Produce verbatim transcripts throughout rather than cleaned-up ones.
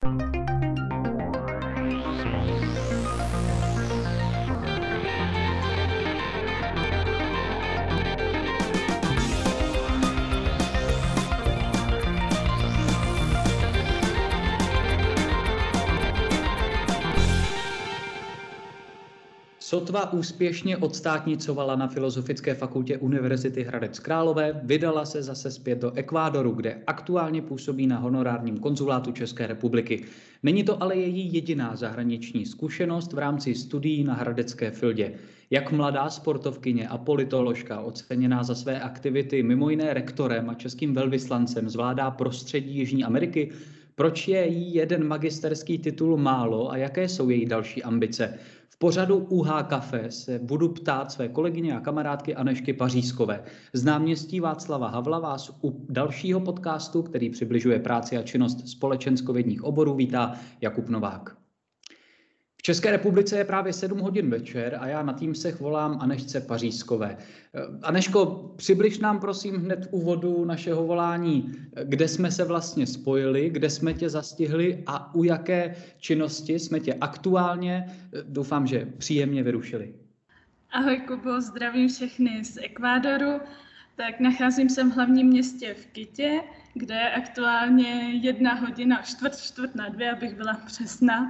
Sotva úspěšně odstátnicovala na Filozofické fakultě Univerzity Hradec Králové, vydala se zase zpět do Ekvádoru, kde aktuálně působí na honorárním konzulátu České republiky. Není to ale její jediná zahraniční zkušenost v rámci studií na Hradecké Fildě. Jak mladá sportovkyně a politoložka, oceněná za své aktivity mimo jiné rektorem a českým velvyslancem, zvládá prostředí Jižní Ameriky? Proč je jí jeden magisterský titul málo a jaké jsou její další ambice? V pořadu U H Café se budu ptát své kolegyně a kamarádky Anežky Pařízkové. Z náměstí Václava Havla vás u dalšího podcastu, který přibližuje práci a činnost společenskovědních oborů, vítá Jakub Novák. V České republice je právě sedm hodin večer a já na Teamsech volám Anežce Pařízkové. Anežko, přibliž nám prosím hned v úvodu našeho volání, kde jsme se vlastně spojili, kde jsme tě zastihli a u jaké činnosti jsme tě aktuálně, doufám, že příjemně vyrušili. Ahoj Kubo, zdravím všechny z Ekvádoru. Tak nacházím se v hlavním městě v Quitě, kde je aktuálně jedna hodina, čtvrt, čtvrt na dvě, abych byla přesná.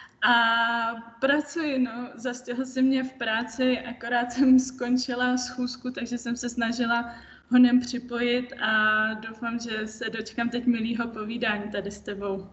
A pracuji, no, zastihl si mě v práci, akorát jsem skončila schůzku, takže jsem se snažila honem připojit a doufám, že se dočkám teď milýho povídání tady s tebou.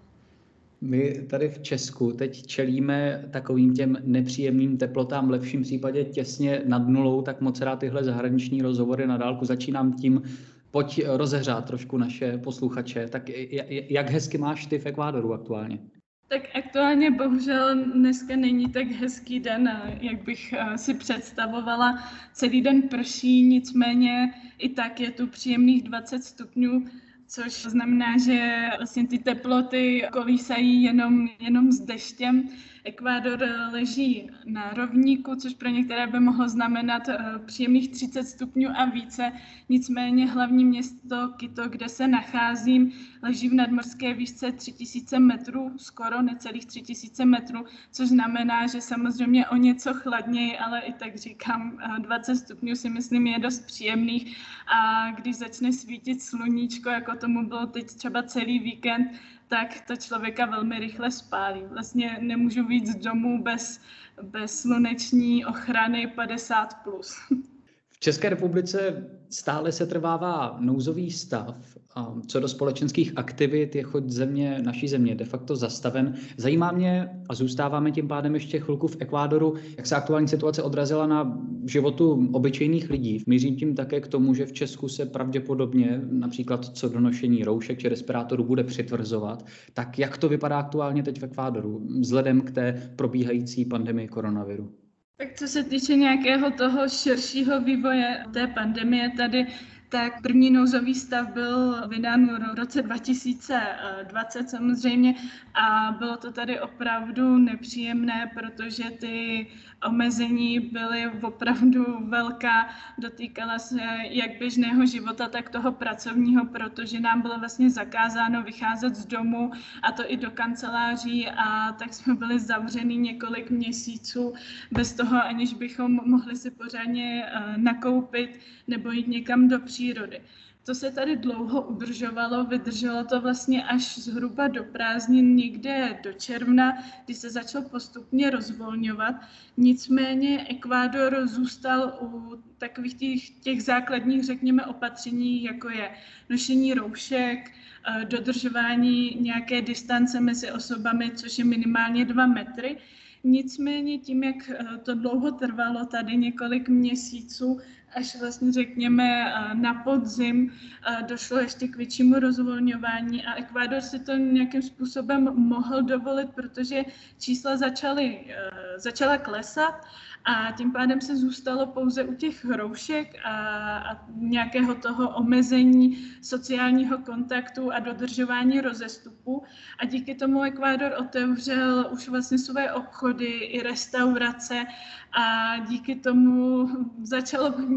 My tady v Česku teď čelíme takovým těm nepříjemným teplotám, v lepším případě těsně nad nulou, tak moc rád tyhle zahraniční rozhovory na dálku začínám tím, pojď rozehřát trošku naše posluchače. Tak jak hezky máš ty v Ekvádoru aktuálně? Tak aktuálně bohužel dneska není tak hezký den, jak bych si představovala. Celý den prší, nicméně i tak je tu příjemných dvacet stupňů, což znamená, že vlastně ty teploty kolísají jenom, jenom s deštěm. Ekvádor leží na rovníku, což pro některé by mohlo znamenat příjemných třicet stupňů a více. Nicméně hlavní město Quito, kde se nacházím, leží v nadmořské výšce tři tisíce metrů, skoro necelých tři tisíce metrů, což znamená, že samozřejmě o něco chladněji, ale i tak říkám, dvacet stupňů si myslím je dost příjemných. A když začne svítit sluníčko, jako tomu bylo teď třeba celý víkend, tak to člověka velmi rychle spálí. Vlastně nemůžu víc z domu bez, bez sluneční ochrany padesát plus. V České republice stále se trvává nouzový stav. A co do společenských aktivit je chod země, naší země de facto zastaven. Zajímá mě, a zůstáváme tím pádem ještě chvilku v Ekvádoru, jak se aktuální situace odrazila na životu obyčejných lidí. Mířím tím také k tomu, že v Česku se pravděpodobně například co do nošení roušek či respirátorů bude přitvrzovat. Tak jak to vypadá aktuálně teď v Ekvádoru vzhledem k té probíhající pandemii koronaviru? Tak co se týče nějakého toho širšího vývoje té pandemie tady, tak první nouzový stav byl vydán v roce dva tisíce dvacet samozřejmě a bylo to tady opravdu nepříjemné, protože ty omezení byly opravdu velká, dotýkala se jak běžného života, tak toho pracovního, protože nám bylo vlastně zakázáno vycházet z domu a to i do kanceláří a tak jsme byli zavřený několik měsíců bez toho, aniž bychom mohli si pořádně nakoupit nebo jít někam do přírody. To se tady dlouho udržovalo, vydrželo to vlastně až zhruba do prázdnin, někde do června, kdy se začal postupně rozvolňovat. Nicméně Ekvádor zůstal u takových těch, těch základních, řekněme, opatření, jako je nošení roušek, dodržování nějaké distance mezi osobami, což je minimálně dva metry. Nicméně tím, jak to dlouho trvalo, tady několik měsíců, až vlastně řekněme na podzim došlo ještě k většímu rozvolňování a Ekvádor si to nějakým způsobem mohl dovolit, protože čísla začaly, začala klesat a tím pádem se zůstalo pouze u těch roušek a, a nějakého toho omezení sociálního kontaktu a dodržování rozestupu a díky tomu Ekvádor otevřel už vlastně své obchody i restaurace a díky tomu začalo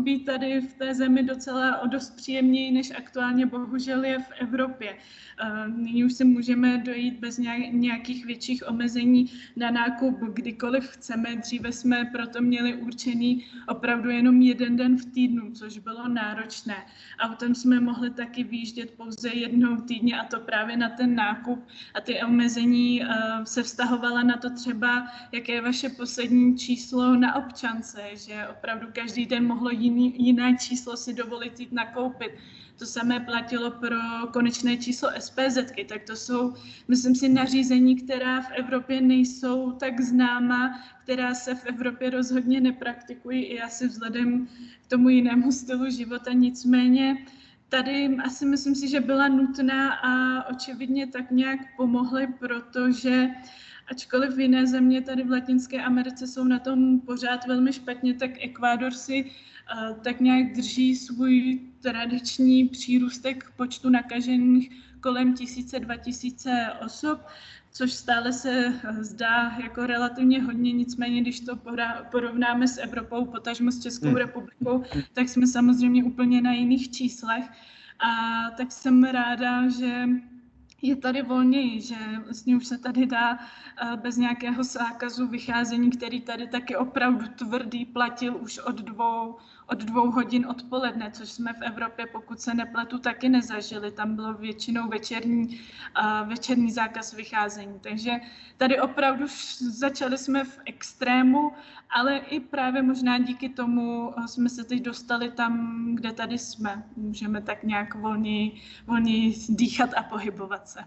být tady v té zemi docela o dost příjemněji, než aktuálně bohužel je v Evropě. Nyní už si můžeme dojít bez nějakých větších omezení na nákup kdykoliv chceme. Dříve jsme proto měli určený opravdu jenom jeden den v týdnu, což bylo náročné. Autem jsme mohli taky vyjíždět pouze jednou týdně, a to právě na ten nákup. A ty omezení se vztahovala na to třeba, jaké je vaše poslední číslo na občance, že opravdu každý den mohlo jiný, jiné číslo si dovolit jít nakoupit. To samé platilo pro konečné číslo es pé zetky, tak to jsou, myslím si, nařízení, která v Evropě nejsou tak známa, která se v Evropě rozhodně nepraktikují i asi vzhledem k tomu jinému stylu života. Nicméně tady asi myslím si, že byla nutná a očividně tak nějak pomohly, protože ačkoliv jiné země tady v Latinské Americe jsou na tom pořád velmi špatně, tak Ekvádor si uh, tak nějak drží svůj tradiční přírůstek počtu nakažených kolem tisíce, dva tisíce osob, což stále se zdá jako relativně hodně, nicméně když to porovnáme s Evropou, potažmo s Českou republikou, tak jsme samozřejmě úplně na jiných číslech. A tak jsem ráda, že je tady volněji, že vlastně už se tady dá bez nějakého zákazu vycházení, který tady taky opravdu tvrdý platil už od dvou, od dvou hodin odpoledne, což jsme v Evropě, pokud se nepletu, taky nezažili. Tam bylo většinou večerní, večerní zákaz vycházení. Takže tady opravdu začali jsme v extrému, ale i právě možná díky tomu jsme se teď dostali tam, kde tady jsme. Můžeme tak nějak volněji, volněji dýchat a pohybovat se.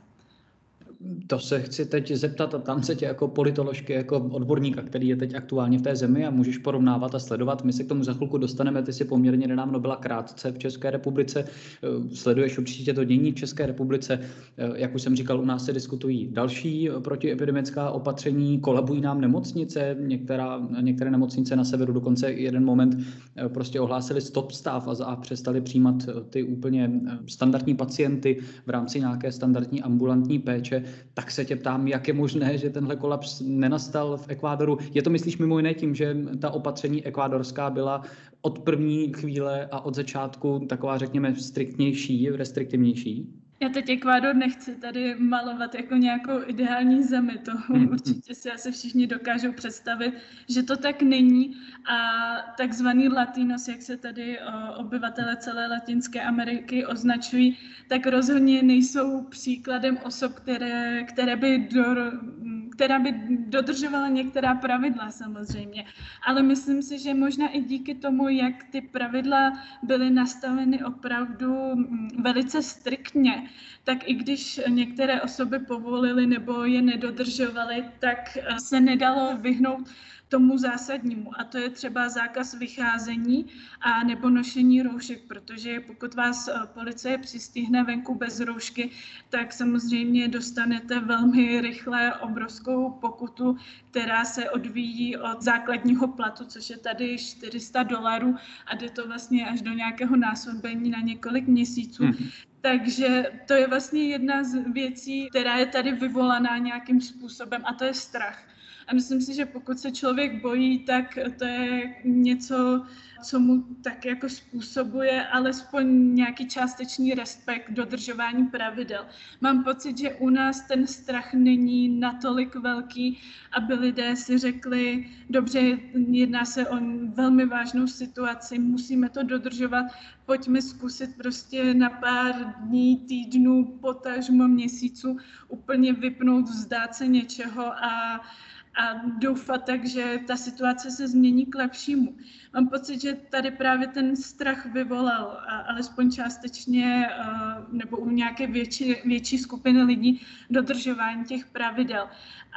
To se chci teď zeptat a tam se tě jako politoložky, jako odborníka, který je teď aktuálně v té zemi a můžeš porovnávat a sledovat. My se k tomu za chvilku dostaneme, ty si poměrně nedávno byla krátce v České republice, sleduješ určitě to dění v České republice. Jak už jsem říkal, u nás se diskutují další protiepidemická opatření, kolabují nám nemocnice, některá, některé nemocnice na severu dokonce jeden moment prostě ohlásili stop stav a, a přestali přijímat ty úplně standardní pacienty v rámci nějaké standardní ambulantní péče. Tak se tě ptám, jak je možné, že tenhle kolaps nenastal v Ekvádoru. Je to, myslíš, mimo jiné tím, že ta opatření ekvádorská byla od první chvíle a od začátku taková, řekněme, striktnější, restriktivnější? Já teď Ekvádor nechci tady malovat jako nějakou ideální zemi, to určitě si asi všichni dokážou představit, že to tak není a takzvaný latinos, jak se tady obyvatele celé Latinské Ameriky označují, tak rozhodně nejsou příkladem osob, které, které by do, která by dodržovala některá pravidla samozřejmě. Ale myslím si, že možná i díky tomu, jak ty pravidla byly nastaveny opravdu velice striktně, tak i když některé osoby povolily nebo je nedodržovaly, tak se nedalo vyhnout tomu zásadnímu, a to je třeba zákaz vycházení a nebo nošení roušek, protože pokud vás policie přistihne venku bez roušky, tak samozřejmě dostanete velmi rychle obrovskou pokutu, která se odvíjí od základního platu, což je tady čtyři sta dolarů a jde to vlastně až do nějakého násobení na několik měsíců. Hmm. Takže to je vlastně jedna z věcí, která je tady vyvolaná nějakým způsobem, a to je strach. A myslím si, že pokud se člověk bojí, tak to je něco, co mu tak jako způsobuje alespoň nějaký částečný respekt dodržování pravidel. Mám pocit, že u nás ten strach není natolik velký, aby lidé si řekli, dobře, jedná se o velmi vážnou situaci, musíme to dodržovat, pojďme zkusit prostě na pár dní, týdnů, potažmo měsíců úplně vypnout, vzdát se něčeho a a doufat tak, že ta situace se změní k lepšímu. Mám pocit, že tady právě ten strach vyvolal, alespoň částečně, nebo u nějaké větší, větší skupiny lidí, dodržování těch pravidel.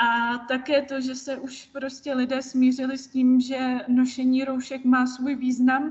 A také to, že se už prostě lidé smířili s tím, že nošení roušek má svůj význam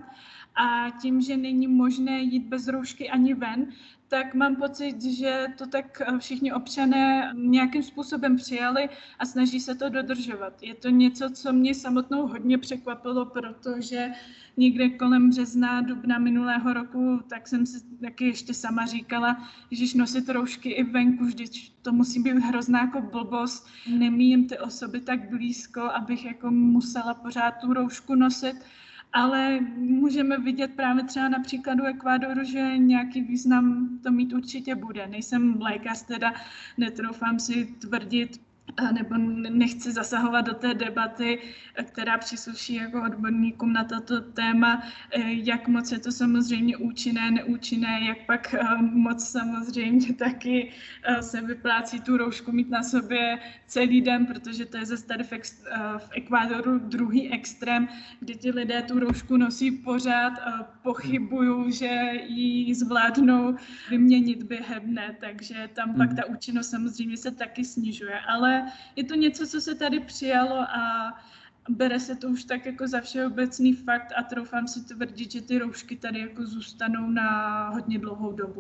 a tím, že není možné jít bez roušky ani ven, tak mám pocit, že to tak všichni občané nějakým způsobem přijali a snaží se to dodržovat. Je to něco, co mě samotnou hodně překvapilo, protože někde kolem března, dubna minulého roku, tak jsem si taky ještě sama říkala, že nosit roušky i venku, vždyť to musí být hrozná jako blbost. Nemíjím ty osoby tak blízko, abych jako musela pořád tu roušku nosit. ale můžeme vidět právě třeba na příkladu Ekvádoru, že nějaký význam to mít určitě bude. Nejsem lékař, teda netroufám si tvrdit, nebo nechci zasahovat do té debaty, která přísluší jako odborníkům na toto téma, jak moc je to samozřejmě účinné, neúčinné, jak pak moc samozřejmě taky se vyplácí tu roušku mít na sobě celý den, protože to je zase tady v Ekvádoru druhý extrém, kdy ti lidé tu roušku nosí pořád, pochybuju, že ji zvládnou vyměnit během dne, takže tam pak ta účinnost samozřejmě se taky snižuje, ale je to něco, co se tady přijalo a bere se to už tak jako za všeobecný fakt a troufám si tvrdit, že ty roušky tady jako zůstanou na hodně dlouhou dobu.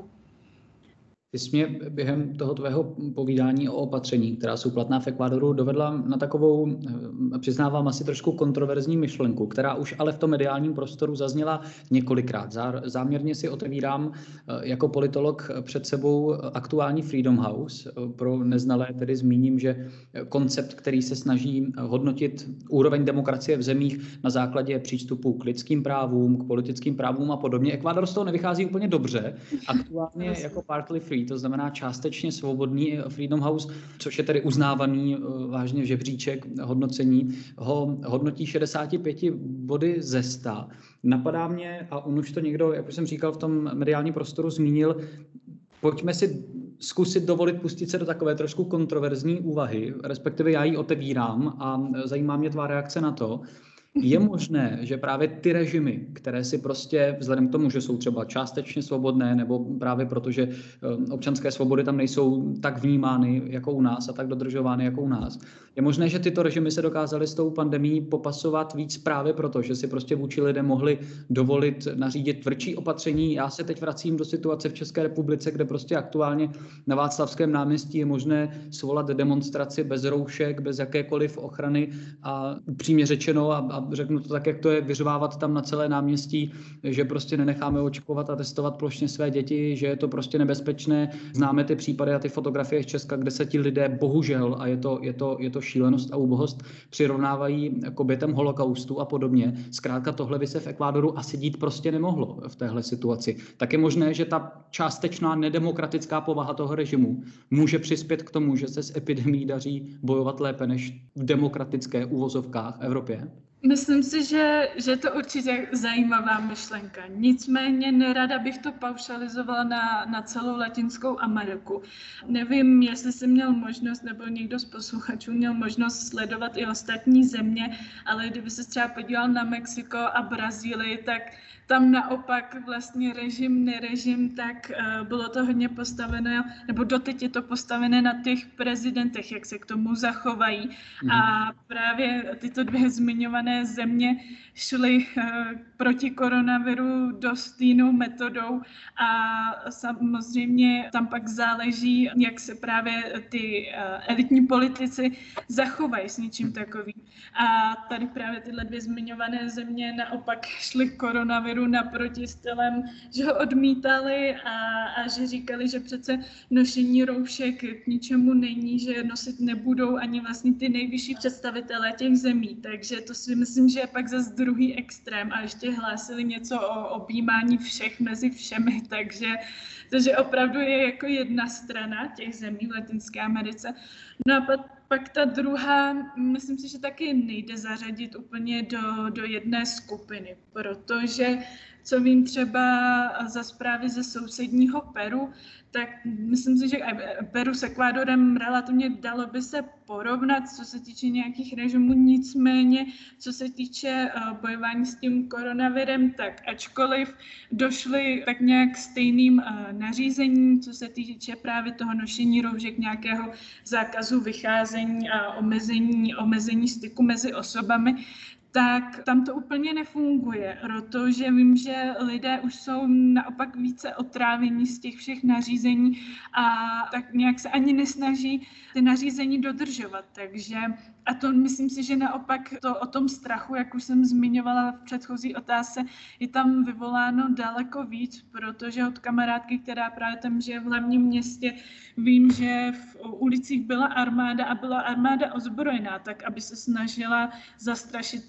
Ty jsi mě během toho tvého povídání o opatření, která jsou platná v Ekvádoru, dovedla na takovou, přiznávám, asi trošku kontroverzní myšlenku, která už ale v tom mediálním prostoru zazněla několikrát. Záměrně si otevírám jako politolog před sebou aktuální Freedom House. Pro neznalé tedy zmíním, že koncept, který se snaží hodnotit úroveň demokracie v zemích na základě přístupu k lidským právům, k politickým právům a podobně. Ekvádor z toho nevychází úplně dobře. Aktuálně jako partly free, to znamená částečně svobodný Freedom House, což je tedy uznávaný vážně žebříček hodnocení, ho hodnotí šedesát pět body ze sta. Napadá mě, a on už to někdo, jak jsem říkal, v tom mediálním prostoru zmínil, pojďme si zkusit dovolit pustit se do takové trošku kontroverzní úvahy, respektive já ji otevírám a zajímá mě tvá reakce na to. Je možné, že právě ty režimy, které si prostě vzhledem k tomu, že jsou třeba částečně svobodné, nebo právě proto, že občanské svobody tam nejsou tak vnímány jako u nás a tak dodržovány jako u nás, je možné, že tyto režimy se dokázaly s tou pandemií popasovat víc právě proto, že si prostě vůči lidem mohli dovolit nařídit tvrdší opatření. Já se teď vracím do situace v České republice, kde prostě aktuálně na Václavském náměstí je možné svolat demonstraci bez roušek, bez jakékoliv ochrany a upřímně řečeno a, a řeknu to tak, jak to je, vyřvávat tam na celé náměstí, že prostě nenecháme očkovat a testovat plošně své děti, že je to prostě nebezpečné. Známe ty případy a ty fotografie z Česka, kde se ti lidé bohužel, a je to, je to, je to šílenost a ubohost, přirovnávají k obětem holokaustu a podobně. Zkrátka tohle by se v Ekvádoru asi dít prostě nemohlo v téhle situaci. Tak je možné, že ta částečná nedemokratická povaha toho režimu může přispět k tomu, že se s epidemií daří bojovat lépe než v demokratické uvozovkách v Evropě? Myslím si, že, že je to určitě zajímavá myšlenka. Nicméně nerada bych to paušalizovala na, na celou Latinskou Ameriku. Nevím, jestli jsi měl možnost, nebo někdo z posluchačů měl možnost sledovat i ostatní země, ale kdyby se třeba podíval na Mexiko a Brazílii, tak tam naopak vlastně režim, nerežim, tak uh, bylo to hodně postavené, nebo doteď je to postavené na těch prezidentech, jak se k tomu zachovají. Mm. A právě tyto dvě zmiňované země šly uh, proti koronaviru dost jinou metodou a samozřejmě tam pak záleží, jak se právě ty uh, elitní politici zachovají s něčím takovým. A tady právě tyhle dvě zmiňované země naopak šly k koronaviru naproti stylem, že ho odmítali a, a že říkali, že přece nošení roušek k ničemu není, že nosit nebudou ani vlastně ty nejvyšší představitelé těch zemí. Takže to si myslím, že je pak zase druhý extrém a ještě hlásili něco o objímání všech mezi všemi, takže, takže opravdu je jako jedna strana těch zemí v Latinské Americe. No a pak, pak ta druhá, myslím si, že taky nejde zařadit úplně do, do jedné skupiny, protože co vím třeba za zprávy ze sousedního Peru, tak myslím si, že Peru s Ekvádorem relativně dalo by se porovnat, co se týče nějakých režimů, nicméně, co se týče bojování s tím koronavirem, tak ačkoliv došly tak nějak stejným nařízením, co se týče právě toho nošení roušek, nějakého zákazu vycházení a omezení, omezení styku mezi osobami, tak tam to úplně nefunguje, protože vím, že lidé už jsou naopak více otrávení z těch všech nařízení a tak nějak se ani nesnaží ty nařízení dodržovat. Takže a to myslím si, že naopak to o tom strachu, jak už jsem zmiňovala v předchozí otázce, je tam vyvoláno daleko víc, protože od kamarádky, která právě tam žije v hlavním městě, vím, že v ulicích byla armáda a byla armáda ozbrojená, tak aby se snažila zastrašit ty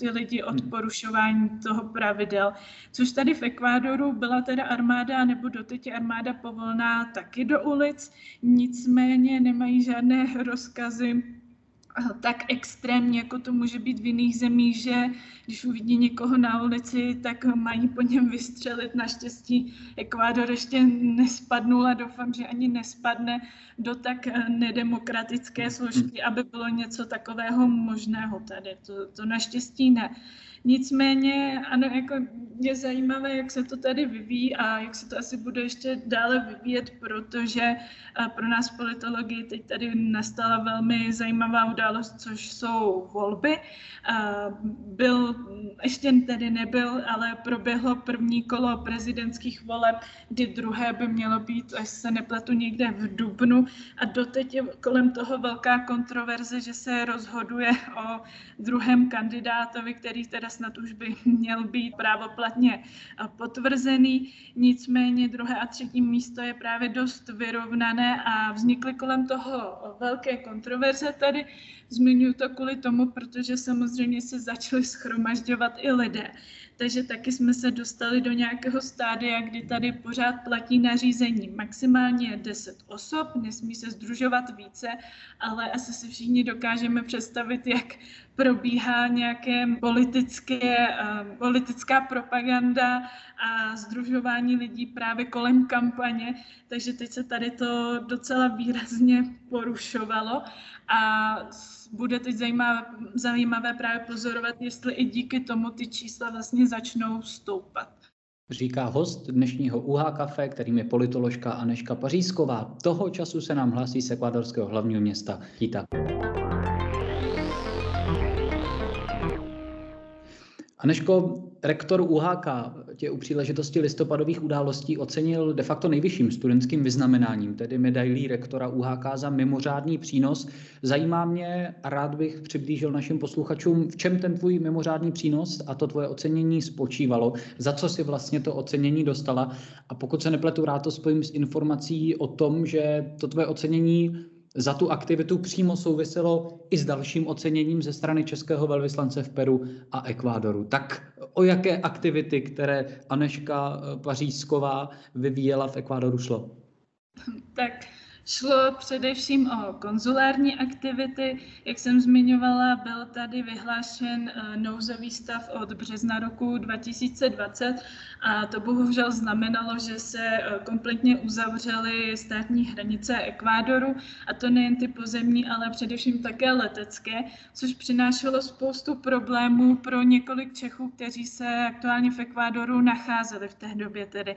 ty lidi od porušování toho pravidel. Což tady v Ekvádoru byla teda armáda, nebo doteď je armáda povolná taky do ulic, nicméně nemají žádné rozkazy tak extrémně, jako to může být v jiných zemích, že když uvidí někoho na ulici, tak mají po něm vystřelit. Naštěstí Ekvádor ještě nespadnul a doufám, že ani nespadne do tak nedemokratické složky, aby bylo něco takového možného tady. To, to naštěstí ne. Nicméně, ano, jako je zajímavé, jak se to tady vyvíjí a jak se to asi bude ještě dále vyvíjet, protože pro nás politologii teď tady nastala velmi zajímavá událost, což jsou volby. Byl, ještě tedy nebyl, ale proběhlo první kolo prezidentských voleb, kdy druhé by mělo být, až se nepletu, někde v dubnu. A doteď je kolem toho velká kontroverze, že se rozhoduje o druhém kandidátovi, který teda snad už by měl být právoplatně potvrzený. Nicméně druhé a třetí místo je právě dost vyrovnané a vznikly kolem toho velké kontroverze tady. Zmiňuji to kvůli tomu, protože samozřejmě se začaly shromažďovat i lidé. Takže taky jsme se dostali do nějakého stádia, kdy tady pořád platí nařízení maximálně deset osob, nesmí se sdružovat více, ale asi si všichni dokážeme představit, jak probíhá nějaké politické, uh, politická propaganda a sdružování lidí právě kolem kampaně. Takže teď se tady to docela výrazně porušovalo a bude teď zajímavé, zajímavé právě pozorovat, jestli i díky tomu ty čísla vlastně začnou stoupat. Říká host dnešního U H Café, kterým je politoložka Anežka Pařízková. Toho času se nám hlásí z ekvádorského hlavního města Quita. Anežko, rektor U H K tě u příležitosti listopadových událostí ocenil de facto nejvyšším studentským vyznamenáním, tedy medailí rektora U H K za mimořádný přínos. Zajímá mě a rád bych přiblížil našim posluchačům, v čem ten tvůj mimořádný přínos a to tvoje ocenění spočívalo, za co si vlastně to ocenění dostala. A pokud se nepletu, rád to spojím s informací o tom, že to tvoje ocenění za tu aktivitu přímo souviselo i s dalším oceněním ze strany českého velvyslance v Peru a Ekvádoru. Tak o jaké aktivity, které Anežka Pařízková vyvíjela v Ekvádoru, šlo? Tak šlo především o konzulární aktivity. Jak jsem zmiňovala, byl tady vyhlášen nouzový stav od března roku dva tisíce dvacet a to bohužel znamenalo, že se kompletně uzavřely státní hranice Ekvádoru, a to nejen ty pozemní, ale především také letecké, což přinášelo spoustu problémů pro několik Čechů, kteří se aktuálně v Ekvádoru nacházeli v té době tedy.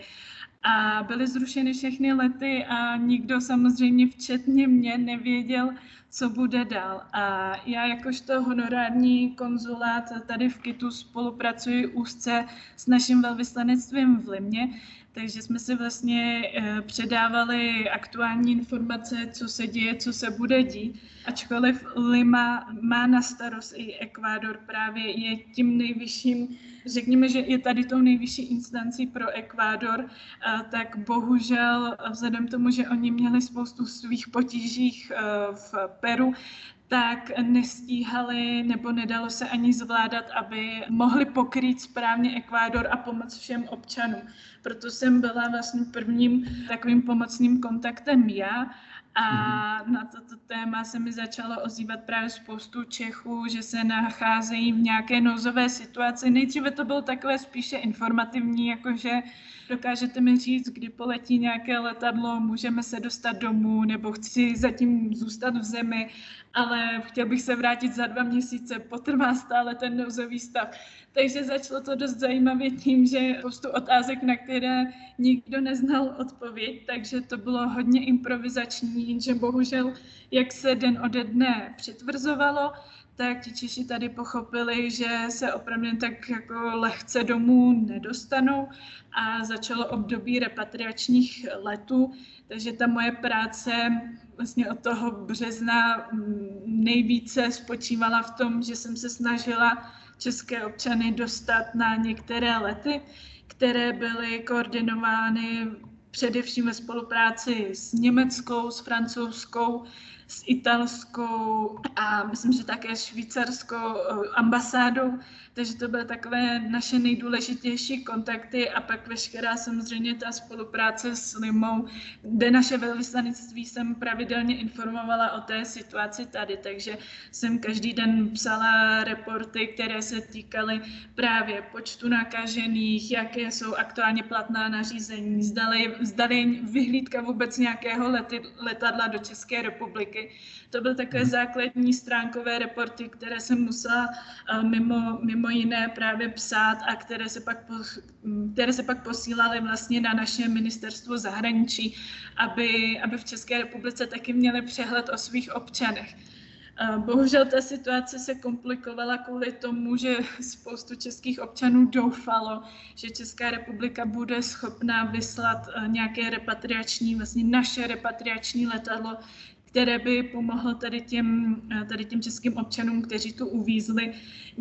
A byly zrušeny všechny lety a nikdo samozřejmě včetně mě nevěděl, co bude dál. A já jakožto honorární konzulát tady v Quitu spolupracuji úzce s naším velvyslanectvím v Limě, takže jsme si vlastně předávali aktuální informace, co se děje, co se bude dít. Ačkoliv Lima má na starost i Ekvádor, právě je tím nejvyšším, řekněme, že je tady tou nejvyšší instancí pro Ekvádor, tak bohužel vzhledem tomu, že oni měli spoustu svých potížích v Peru, tak nestíhali nebo nedalo se ani zvládat, aby mohli pokrýt správně Ekvádor a pomoct všem občanům. Proto jsem byla vlastně prvním takovým pomocným kontaktem já. A na toto téma se mi začalo ozývat právě spoustu Čechů, že se nacházejí v nějaké nouzové situaci. Nejdříve to bylo takové spíše informativní, jakože dokážete mi říct, kdy poletí nějaké letadlo, můžeme se dostat domů, nebo chci zatím zůstat v zemi, ale chtěl bych se vrátit za dva měsíce, potrvá stále ten nouzový stav. Takže začalo to dost zajímavě tím, že spoustu otázek, na které nikdo neznal odpověď, takže to bylo hodně improvizační, že bohužel, jak se den ode dne přitvrzovalo, tak ti Češi tady pochopili, že se opravdu tak jako lehce domů nedostanou a začalo období repatriačních letů, takže ta moje práce vlastně od toho března nejvíce spočívala v tom, že jsem se snažila české občany dostat na některé lety, které byly koordinovány především ve spolupráci s německou, s francouzskou, s italskou a myslím, že také švýcarskou ambasádou, takže to byly takové naše nejdůležitější kontakty a pak veškerá samozřejmě ta spolupráce s Limou, kde naše velvyslanectví jsem pravidelně informovala o té situaci tady, takže jsem každý den psala reporty, které se týkaly právě počtu nakažených, jaké jsou aktuálně platná nařízení, zdali, zdali vyhlídka vůbec nějakého lety, letadla do České republiky. To byly takové základní stránkové reporty, které jsem musela mimo, mimo jiné právě psát a které se pak, po, které se pak posílaly vlastně na naše ministerstvo zahraničí, aby, aby v České republice taky měli přehled o svých občanech. Bohužel ta situace se komplikovala kvůli tomu, že spoustu českých občanů doufalo, že Česká republika bude schopná vyslat nějaké repatriační, vlastně naše repatriační letadlo, které by pomohlo tady těm, tady těm českým občanům, kteří tu uvízli.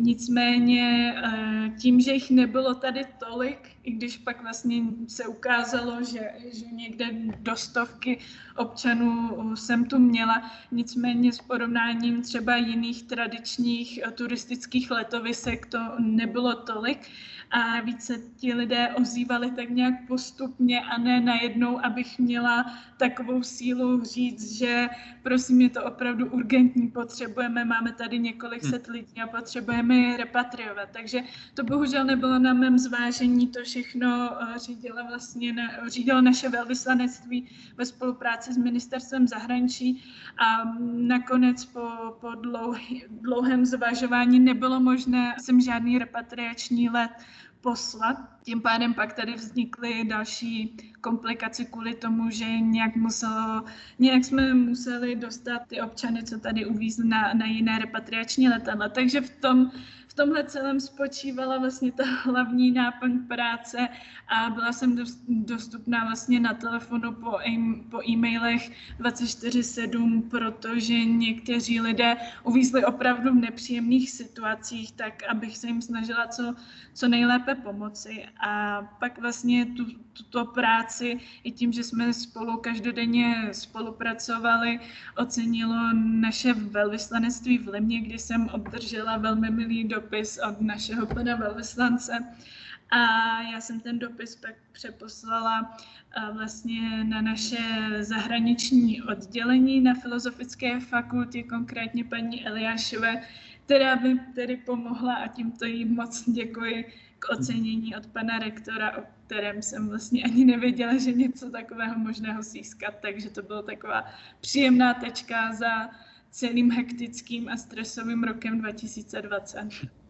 Nicméně tím, že jich nebylo tady tolik, i když pak vlastně se ukázalo, že, že někde do stovky občanů jsem tu měla, nicméně s porovnáním třeba jiných tradičních turistických letovisek to nebylo tolik. A víc se ti lidé ozývali tak nějak postupně a ne najednou, abych měla takovou sílu říct, že prosím, je to opravdu urgentní, potřebujeme, máme tady několik set lidí a potřebujeme je repatriovat. Takže to bohužel nebylo na mém zvážení, to všechno řídilo vlastně na, řídilo naše velvyslanectví ve spolupráci s ministerstvem zahraničí a nakonec po, po dlouhý, dlouhém zvažování nebylo možné sem žádný repatriační let poslat. Tím pádem pak tady vznikly další komplikace kvůli tomu, že nějak, muselo, nějak jsme museli dostat ty občany, co tady uvízli na, na jiné repatriační letadla. Takže v tom V tomhle celém spočívala vlastně ta hlavní náplň práce a byla jsem dostupná vlastně na telefonu po, e- po e-mailech dvacet čtyři sedm, protože někteří lidé uvízli opravdu v nepříjemných situacích, tak abych se jim snažila co, co nejlépe pomoci. A pak vlastně tu, tuto práci i tím, že jsme spolu každodenně spolupracovali, ocenilo naše velvyslanectví v Limě, kdy jsem obdržela velmi milý dopis od našeho pana velvyslance a já jsem ten dopis pak přeposlala vlastně na naše zahraniční oddělení na Filozofické fakultě, konkrétně paní Eliášové, která by tedy pomohla a tímto jí moc děkuji k ocenění od pana rektora, o kterém jsem vlastně ani nevěděla, že něco takového možného získat, takže to byla taková příjemná tečka za celým hektickým a stresovým rokem dva tisíce dvacet.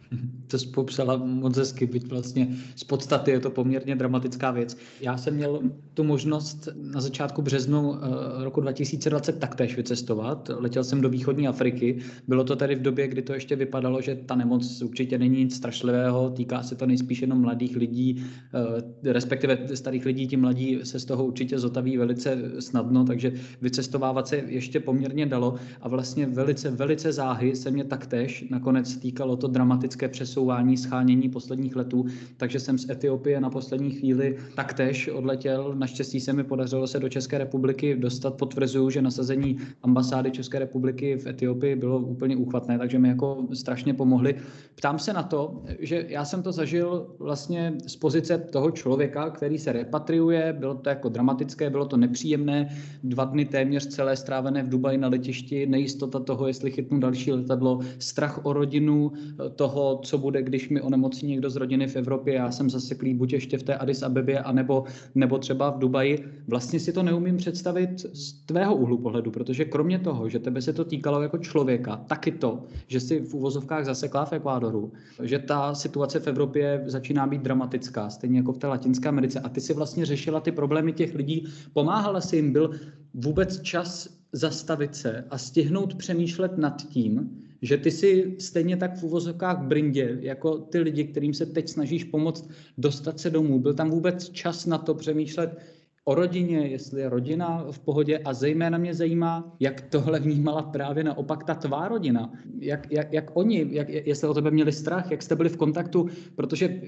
To jsi popsala moc hezky, byť vlastně z podstaty je to poměrně dramatická věc. Já jsem měl tu možnost na začátku březnu roku dva tisíce dvacet taktéž vycestovat. Letěl jsem do východní Afriky. Bylo to tady v době, kdy to ještě vypadalo, že ta nemoc určitě není nic strašlivého, týká se to nejspíš jenom mladých lidí, respektive starých lidí, ti mladí se z toho určitě zotaví velice snadno, takže vycestovávat se ještě poměrně dalo a vlastně velice, velice záhy se mě taktéž nakonec týkalo to dramatické přesouvání, schánění posledních letů, takže jsem z Etiopie na poslední chvíli taktéž odletěl. Naštěstí se mi podařilo se do České republiky dostat. Potvrzuju, že nasazení ambasády České republiky v Etiopii bylo úplně úchvatné, takže mi jako strašně pomohli. Ptám se na to, že já jsem to zažil vlastně z pozice toho člověka, který se repatriuje, bylo to jako dramatické, bylo to nepříjemné, dva dny téměř celé strávené v Dubaji na letišti, nejistota toho, jestli chytnu další letadlo, strach o rodinu, toho, co bude, když mi onemocní někdo z rodiny v Evropě, já jsem zaseklý buď ještě v té Addis Abebě, anebo, nebo třeba v Dubaji. Vlastně si to neumím představit z tvého úhlu pohledu, protože kromě toho, že tebe se to týkalo jako člověka, taky to, že jsi v uvozovkách zaseklá v Ekvádoru, že ta situace v Evropě začíná být dramatická, stejně jako v té Latinské Americe a ty si vlastně řešila ty problémy těch lidí, pomáhala si jim, byl vůbec čas zastavit se a stihnout přemýšlet nad tím, že ty si stejně tak v uvozovkách brindě, jako ty lidi, kterým se teď snažíš pomoct dostat se domů. Byl tam vůbec čas na to přemýšlet o rodině, jestli je rodina v pohodě a zejména mě zajímá, jak tohle vnímala právě naopak ta tvá rodina. Jak, jak, jak oni, jak, jestli o tebe měli strach, jak jste byli v kontaktu, protože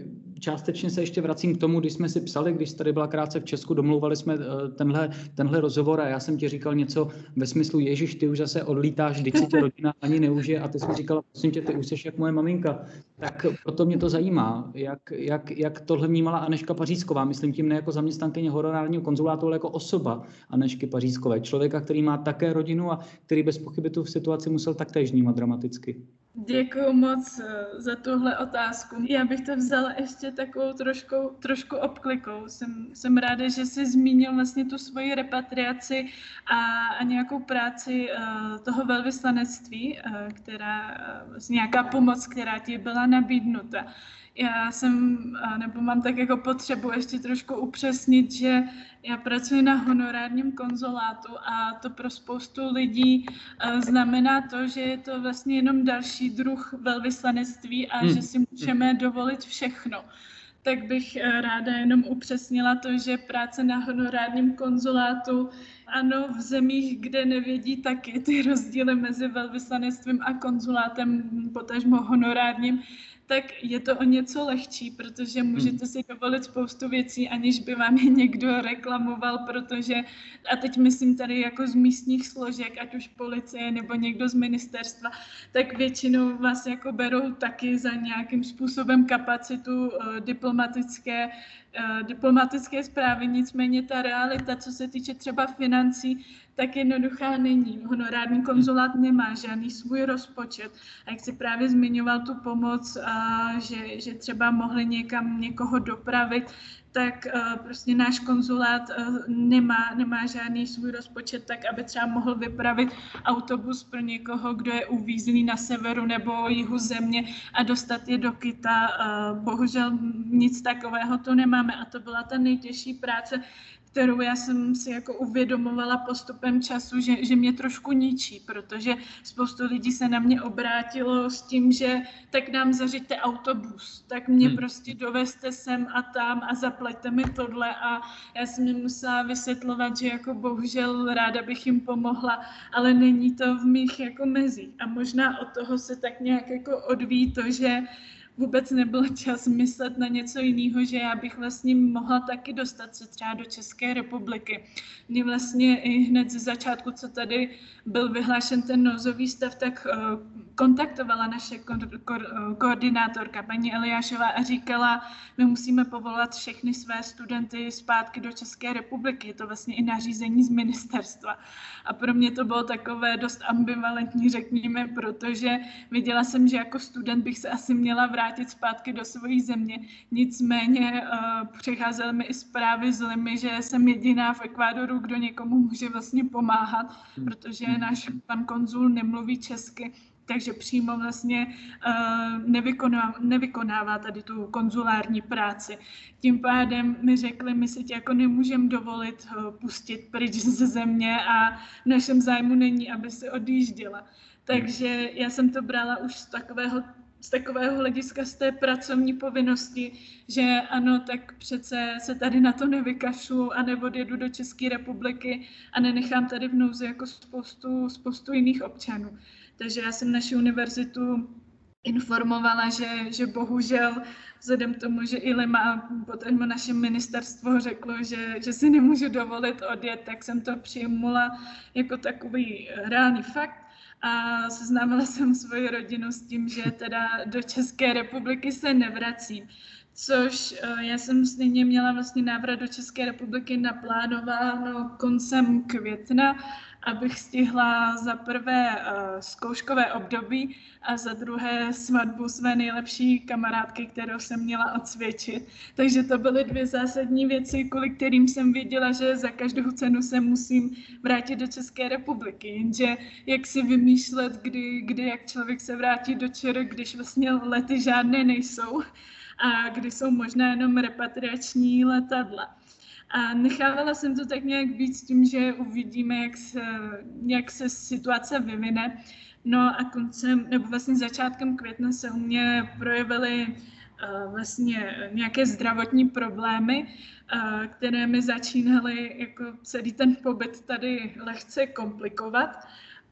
částečně se ještě vracím k tomu, když jsme si psali, když tady byla krátce v Česku, domlouvali jsme tenhle, tenhle rozhovor a já jsem ti říkal něco ve smyslu, Ježíš, ty už zase odlítáš, vždyť si tě rodina ani neužije a ty jsi mi říkala, prosím tě, ty už jsi jak moje maminka. Tak proto mě to zajímá, jak, jak, jak tohle vnímala Anežka Pařízková, myslím tím ne jako zaměstnankyně honorárního konzulátu, ale jako osoba Anežky Pařízkové, člověka, který má také rodinu a který bez pochyby tu situaci musel taktéž vnímat dramaticky. Děkuji moc za tuhle otázku. Já bych to vzala ještě takovou trošku, trošku obklikou. Jsem, jsem ráda, že jsi zmínil vlastně tu svoji repatriaci a, a nějakou práci uh, toho velvyslanectví, uh, která, uh, vlastně nějaká pomoc, která ti byla nabídnuta. Já jsem, nebo mám tak jako potřebu ještě trošku upřesnit, že já pracuji na honorárním konzulátu a to pro spoustu lidí znamená to, že je to vlastně jenom další druh velvyslanectví a hmm. že si můžeme dovolit všechno. Tak bych ráda jenom upřesnila to, že práce na honorárním konzulátu, ano, v zemích, kde nevědí taky ty rozdíly mezi velvyslanectvím a konzulátem, potažmo honorárním, tak je to o něco lehčí, protože můžete si dovolit spoustu věcí, aniž by vám je někdo reklamoval, protože, a teď myslím tady jako z místních složek, ať už policie nebo někdo z ministerstva, tak většinou vás jako berou taky za nějakým způsobem kapacitu uh, diplomatické, uh, diplomatické správy, nicméně ta realita, co se týče třeba financí, tak jednoduchá není. Honorární konzulát nemá žádný svůj rozpočet. A jak si právě zmiňoval tu pomoc, a že, že třeba mohli někam někoho dopravit, tak uh, prostě náš konzulát uh, nemá, nemá žádný svůj rozpočet, tak aby třeba mohl vypravit autobus pro někoho, kdo je uvízlý na severu nebo jihu země a dostat je do Kyta. Uh, bohužel nic takového to nemáme a to byla ta nejtěžší práce, kterou já jsem si jako uvědomovala postupem času, že, že mě trošku ničí, protože spoustu lidí se na mě obrátilo s tím, že tak nám zařiďte autobus, tak mě hmm. prostě dovezte sem a tam a zaplaťte mi tohle a já jsem jim musela vysvětlovat, že jako bohužel ráda bych jim pomohla, ale není to v mých jako mezích a možná od toho se tak nějak jako odvíjí to, že vůbec nebyl čas myslet na něco jiného, že já bych vlastně mohla taky dostat se třeba do České republiky. Mě vlastně i hned ze začátku, co tady byl vyhlášen ten nouzový stav, tak uh, kontaktovala naše ko- ko- koordinátorka paní Eliášová a říkala, my musíme povolat všechny své studenty zpátky do České republiky. Je to vlastně i nařízení z ministerstva. A pro mě to bylo takové dost ambivalentní, řekněme, protože viděla jsem, že jako student bych se asi měla vrátit zpátky do své země. Nicméně uh, přicházely mi i zprávy z Limy, že jsem jediná v Ekvádoru, kdo někomu může vlastně pomáhat, protože náš pan konzul nemluví česky, takže přímo vlastně uh, nevykonává, nevykonává tady tu konzulární práci. Tím pádem mi řekli, my si tě jako nemůžeme dovolit uh, pustit pryč ze země a v našem zájmu není, aby se odjížděla. Takže já jsem to brala už z takového z takového hlediska z té pracovní povinnosti, že ano, tak přece se tady na to nevykašlu a neodjedu do České republiky a nenechám tady v nouzi jako spoustu, spoustu jiných občanů. Takže já jsem naši univerzitu informovala, že, že bohužel vzhledem k tomu, že i Lima, potom naše ministerstvo řeklo, že, že si nemůžu dovolit odjet, tak jsem to přijmula jako takový reálný fakt. A seznámila jsem svoji rodinu s tím, že teda do České republiky se nevracím. Což já jsem stejně měla vlastně návrat do České republiky naplánováno koncem května, abych stihla za prvé zkouškové období a za druhé svatbu své nejlepší kamarádky, kterou jsem měla odsvědčit. Takže to byly dvě zásadní věci, kvůli kterým jsem věděla, že za každou cenu se musím vrátit do České republiky. Jenže jak si vymýšlet, kdy, kdy jak člověk se vrátí do ČR, když vlastně lety žádné nejsou a kdy jsou možná jenom repatriační letadla. A nechávala jsem to tak nějak být s tím, že uvidíme, jak se, jak se situace vyvine. No a koncem, nebo vlastně začátkem května se u mě projevily uh, vlastně nějaké zdravotní problémy, uh, které mi začínaly jako celý ten pobyt tady lehce komplikovat.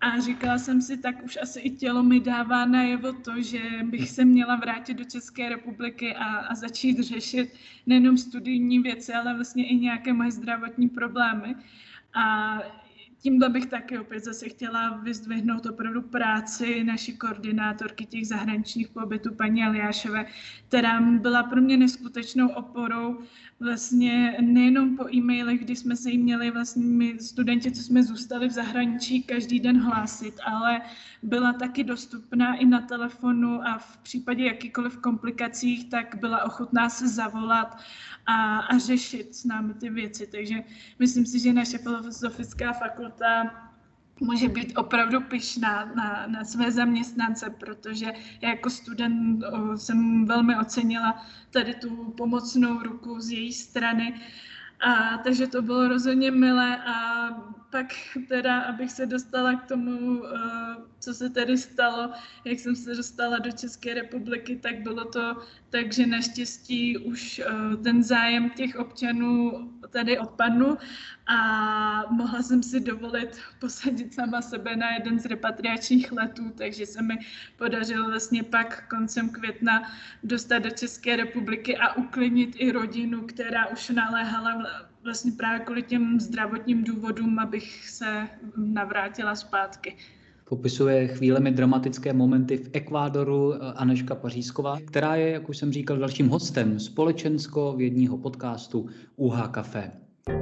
A říkala jsem si, tak už asi i tělo mi dává najevo to, že bych se měla vrátit do České republiky a, a začít řešit nejenom studijní věci, ale vlastně i nějaké moje zdravotní problémy. A tímhle bych taky opět zase chtěla vyzdvihnout opravdu práci naší koordinátorky těch zahraničních pobytů, paní Eliášové, která byla pro mě neskutečnou oporou vlastně nejenom po e-mailech, kdy jsme se jí měli vlastně my studenti, co jsme zůstali v zahraničí, každý den hlásit, ale byla taky dostupná i na telefonu a v případě jakýkoliv komplikacích, tak byla ochotná se zavolat a, a řešit s námi ty věci. Takže myslím si, že naše filozofická fakulta může být opravdu pyšná na, na své zaměstnance, protože já jako student o, jsem velmi ocenila tady tu pomocnou ruku z její strany. A, takže to bylo rozhodně milé a pak teda, abych se dostala k tomu, co se tady stalo, jak jsem se dostala do České republiky, tak bylo to tak, že naštěstí už ten zájem těch občanů tady odpadl a mohla jsem si dovolit posadit sama sebe na jeden z repatriačních letů, takže se mi podařilo vlastně pak koncem května dostat do České republiky a uklidnit i rodinu, která už naléhala vlastně právě kvůli těm zdravotním důvodům, abych se navrátila zpátky. Popisuje chvílemi dramatické momenty v Ekvádoru Anežka Pařízková, která je, jak už jsem říkal, dalším hostem společensko-vědního podcastu U H Café.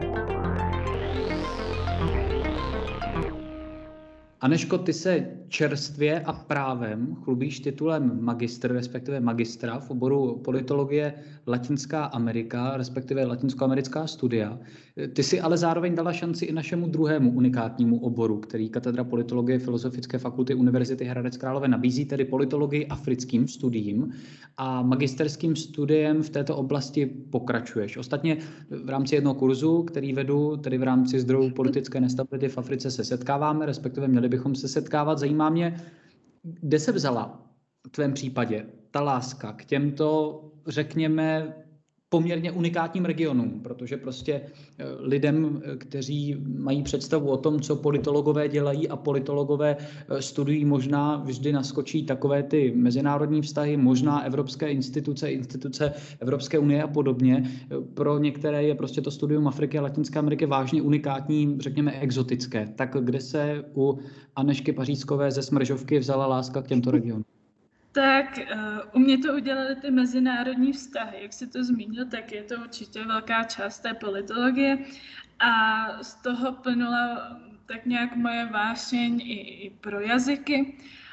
Anežko, ty se čerstvě a právem chlubíš titulem magistr, respektive magistra v oboru politologie Latinská Amerika, respektive latinskoamerická studia. Ty si ale zároveň dala šanci i našemu druhému unikátnímu oboru, který katedra politologie Filozofické fakulty Univerzity Hradec Králové nabízí, tedy politologii africkým studiím a magisterským studiem v této oblasti pokračuješ. Ostatně v rámci jednoho kurzu, který vedu, tedy v rámci zdrojů politické nestability v Africe se setkáváme, respektive měli bychom se setkávat. Zajímá mě, kde se vzala v tvém případě ta láska k těmto, řekněme, poměrně unikátním regionům, protože prostě lidem, kteří mají představu o tom, co politologové dělají a politologové studují, možná vždy naskočí takové ty mezinárodní vztahy, možná evropské instituce, instituce Evropské unie a podobně. Pro některé je prostě to studium Afriky a Latinské Ameriky vážně unikátní, řekněme exotické. Tak kde se u Anežky Pařízkové ze Smržovky vzala láska k těmto regionům? Tak u mě to udělaly ty mezinárodní vztahy, jak jsi to zmínil, tak je to určitě velká část té politologie a z toho plynula tak nějak moje vášeň i, i pro jazyky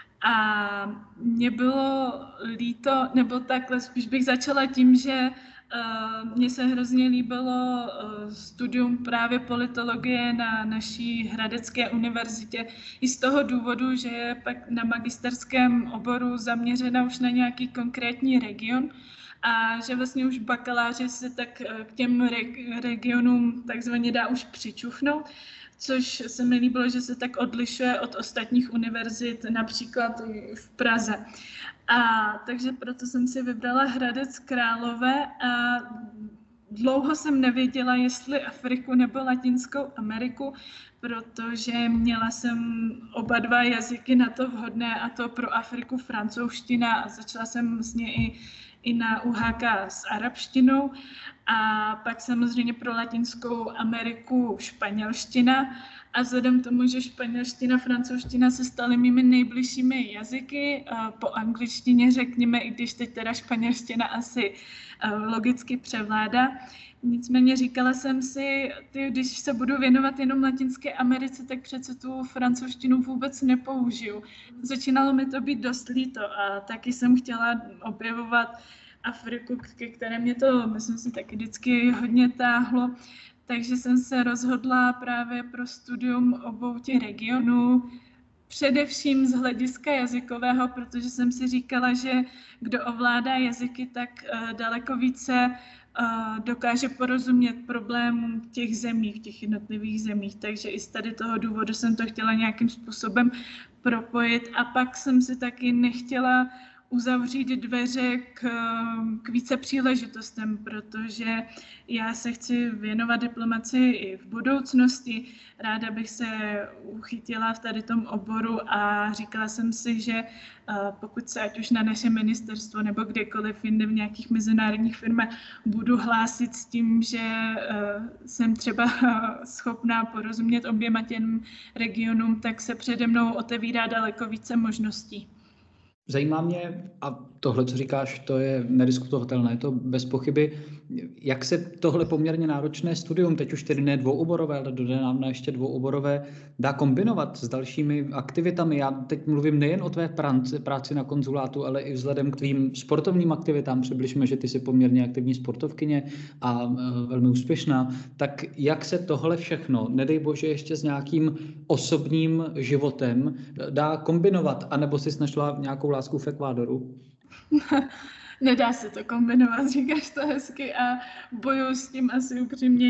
a mě bylo líto, nebo takhle spíš bych začala tím, že Uh, mně se hrozně líbilo uh, studium právě politologie na naší Hradecké univerzitě i z toho důvodu, že je pak na magisterském oboru zaměřena už na nějaký konkrétní region a že vlastně už bakaláři se tak uh, k těm re- regionům takzvaně dá už přičuchnout, což se mi líbilo, že se tak odlišuje od ostatních univerzit, například v Praze. A takže proto jsem si vybrala Hradec Králové a dlouho jsem nevěděla, jestli Afriku nebo Latinskou Ameriku, protože měla jsem oba dva jazyky na to vhodné, a to pro Afriku francouzština a začala jsem vlastně i, i na U H K s arabštinou a pak samozřejmě pro Latinskou Ameriku španělština. A vzhledem tomu, že španělština a francouzština se staly mými nejbližšími jazyky, po angličtině řekněme, i když teď teda španělština asi logicky převládá. Nicméně říkala jsem si, ty, když se budu věnovat jenom Latinské Americe, tak přece tu francouzštinu vůbec nepoužiju. Začínalo mi to být dost líto a taky jsem chtěla objevovat Afriku, ke které mě to, myslím si, taky vždycky hodně táhlo. Takže jsem se rozhodla právě pro studium obou těch regionů, především z hlediska jazykového, protože jsem si říkala, že kdo ovládá jazyky, tak uh, daleko více uh, dokáže porozumět problémům těch zemí, v těch jednotlivých zemích. Takže i z tady toho důvodu jsem to chtěla nějakým způsobem propojit. A pak jsem si taky nechtěla uzavřít dveře k, k více příležitostem, protože já se chci věnovat diplomacii i v budoucnosti. Ráda bych se uchytila v tady tom oboru a říkala jsem si, že pokud se ať už na naše ministerstvo nebo kdekoliv jinde v nějakých mezinárodních firmách budu hlásit s tím, že jsem třeba schopná porozumět oběma těm regionům, tak se přede mnou otevírá daleko více možností. Zajímá mě, a tohle, co říkáš, to je nediskutovatelné, je to bez pochyby, jak se tohle poměrně náročné studium, teď už tedy ne dvouoborové, ale dodávna ještě dvouoborové, dá kombinovat s dalšími aktivitami. Já teď mluvím nejen o tvé práci, práci na konzulátu, ale i vzhledem k tvým sportovním aktivitám. Přibližme, že ty jsi poměrně aktivní sportovkyně a uh, velmi úspěšná. Tak jak se tohle všechno, nedej bože ještě s nějakým osobním životem, dá kombinovat, anebo jsi našla nějakou lásku v Ekvádoru? Nedá se to kombinovat, říkáš to hezky a bojuju s tím asi upřímně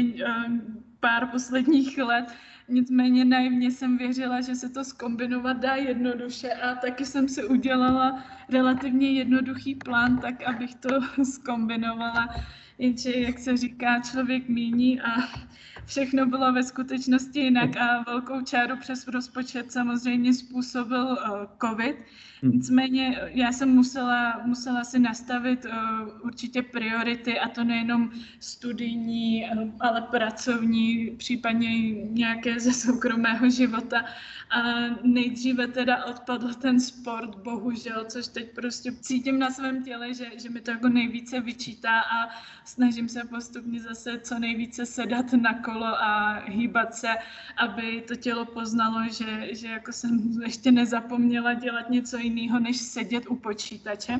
pár posledních let. Nicméně naivně jsem věřila, že se to zkombinovat dá jednoduše a taky jsem si udělala relativně jednoduchý plán, tak abych to zkombinovala. Jenže, jak se říká, člověk míní a všechno bylo ve skutečnosti jinak a velkou čáru přes rozpočet samozřejmě způsobil uh, covid. Nicméně já jsem musela, musela si nastavit uh, určitě priority a to nejenom studijní, uh, ale pracovní, případně nějaké ze soukromého života. A nejdříve teda odpadl ten sport, bohužel, což teď prostě cítím na svém těle, že, že mi to jako nejvíce vyčítá a snažím se postupně zase co nejvíce sedat na kolo a hýbat se, aby to tělo poznalo, že, že jako jsem ještě nezapomněla dělat něco jiného, než sedět u počítače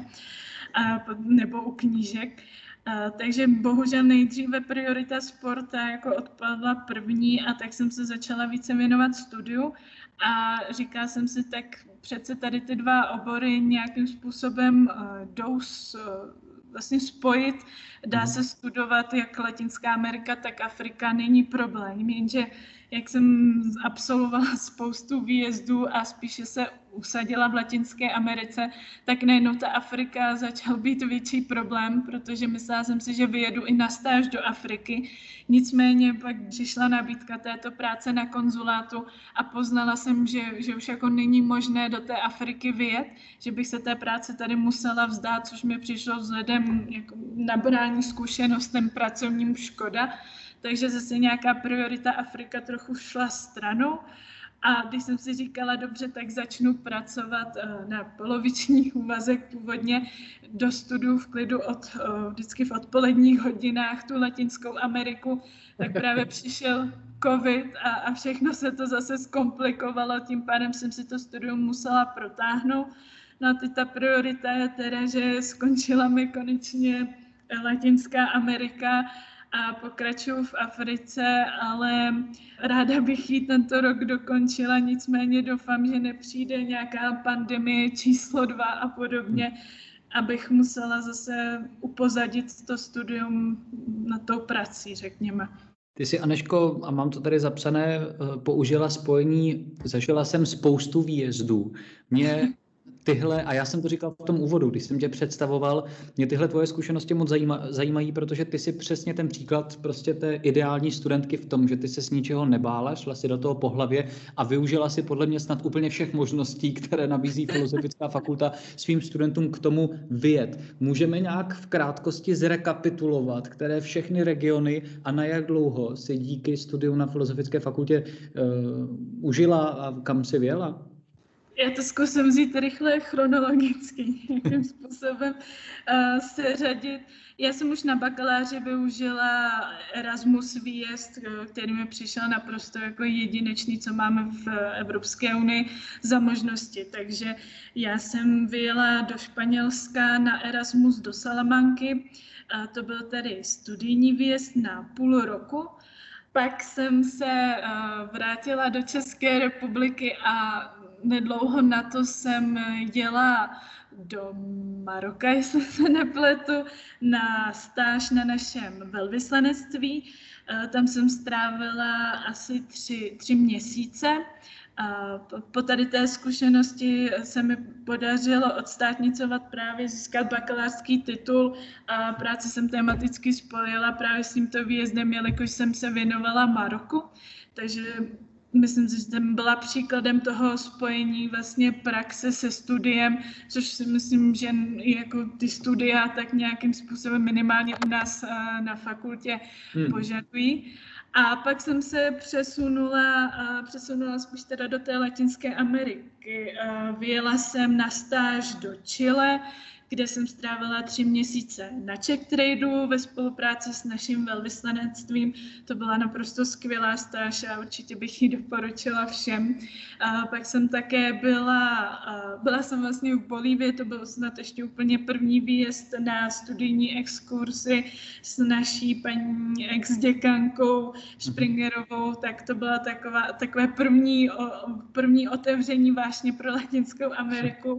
a, nebo u knížek. A, takže bohužel nejdříve priorita sporta jako odpadla první a tak jsem se začala více věnovat studiu a říkala jsem si, tak přece tady ty dva obory nějakým způsobem uh, jdou s, uh, vlastně spojit, dá se studovat jak Latinská Amerika, tak Afrika, není problém, jenže jak jsem absolvovala spoustu výjezdů a spíše se usadila v Latinské Americe, tak najednou ta Afrika začal být větší problém, protože myslela jsem si, že vyjedu i na stáž do Afriky. Nicméně pak přišla nabídka této práce na konzulátu a poznala jsem, že, že už jako není možné do té Afriky vyjet, že bych se té práce tady musela vzdát, což mi přišlo vzhledem jako nabrání zkušenostem pracovním škoda. Takže zase nějaká priorita Afrika trochu šla stranou. A když jsem si říkala, dobře, tak začnu pracovat na poloviční úvazek původně do studiu v klidu od, vždycky v odpoledních hodinách tu Latinskou Ameriku, tak právě přišel covid a, a všechno se to zase zkomplikovalo, tím pádem jsem si to studium musela protáhnout. No a teď ta priorita je teda, že skončila mi konečně Latinská Amerika, a pokračuju v Africe, ale ráda bych ji tento rok dokončila, nicméně doufám, že nepřijde nějaká pandemie číslo dva a podobně, abych musela zase upozadit to studium na tou prací, řekněme. Ty jsi, Aneško, a mám to tady zapsané, použila spojení, zažila jsem spoustu výjezdů. Mě tyhle, a já jsem to říkal v tom úvodu, když jsem tě představoval, mě tyhle tvoje zkušenosti moc zajíma, zajímají, protože ty jsi přesně ten příklad prostě té ideální studentky v tom, že ty se s ničeho nebála, šla si do toho po hlavě a využila si podle mě snad úplně všech možností, které nabízí Filozofická fakulta svým studentům k tomu vyjet. Můžeme nějak v krátkosti zrekapitulovat, které všechny regiony a na jak dlouho si díky studiu na Filozofické fakultě uh, užila a kam si vyjela? Já to zkusím vzít rychle chronologicky, nějakým způsobem uh, se řadit. Já jsem už na bakaláři využila Erasmus výjezd, který mi přišel naprosto jako jedinečný, co máme v Evropské unii za možnosti. Takže já jsem vyjela do Španělska na Erasmus do Salamanky. A to byl tedy studijní výjezd na půl roku. Pak jsem se uh, vrátila do České republiky a nedlouho na to jsem jela do Maroka, jestli se nepletu, na stáž na našem velvyslanectví. Tam jsem strávila asi tři, tři měsíce A po tady té zkušenosti se mi podařilo odstátnicovat, právě získat bakalářský titul a práci jsem tematicky spojila právě s tímto výjezdem, jelikož jsem se věnovala Maroku, takže myslím si, že jsem byla příkladem toho spojení vlastně praxe se studiem, což si myslím, že jako ty studia tak nějakým způsobem minimálně u nás na fakultě hmm. požadují. A pak jsem se přesunula, přesunula spíš teda do té Latinské Ameriky. Vyjela jsem na stáž do Chile, kde jsem strávila tři měsíce na Czech Tradu ve spolupráci s naším velvyslanectvím. To byla naprosto skvělá stáž a určitě bych ji doporučila všem. A pak jsem také byla, byla jsem vlastně v Bolívii, to byl snad ještě úplně první výjezd na studijní exkurzi s naší paní ex-děkankou Springerovou, tak to byla taková, takové první, první otevření vášně pro Latinskou Ameriku.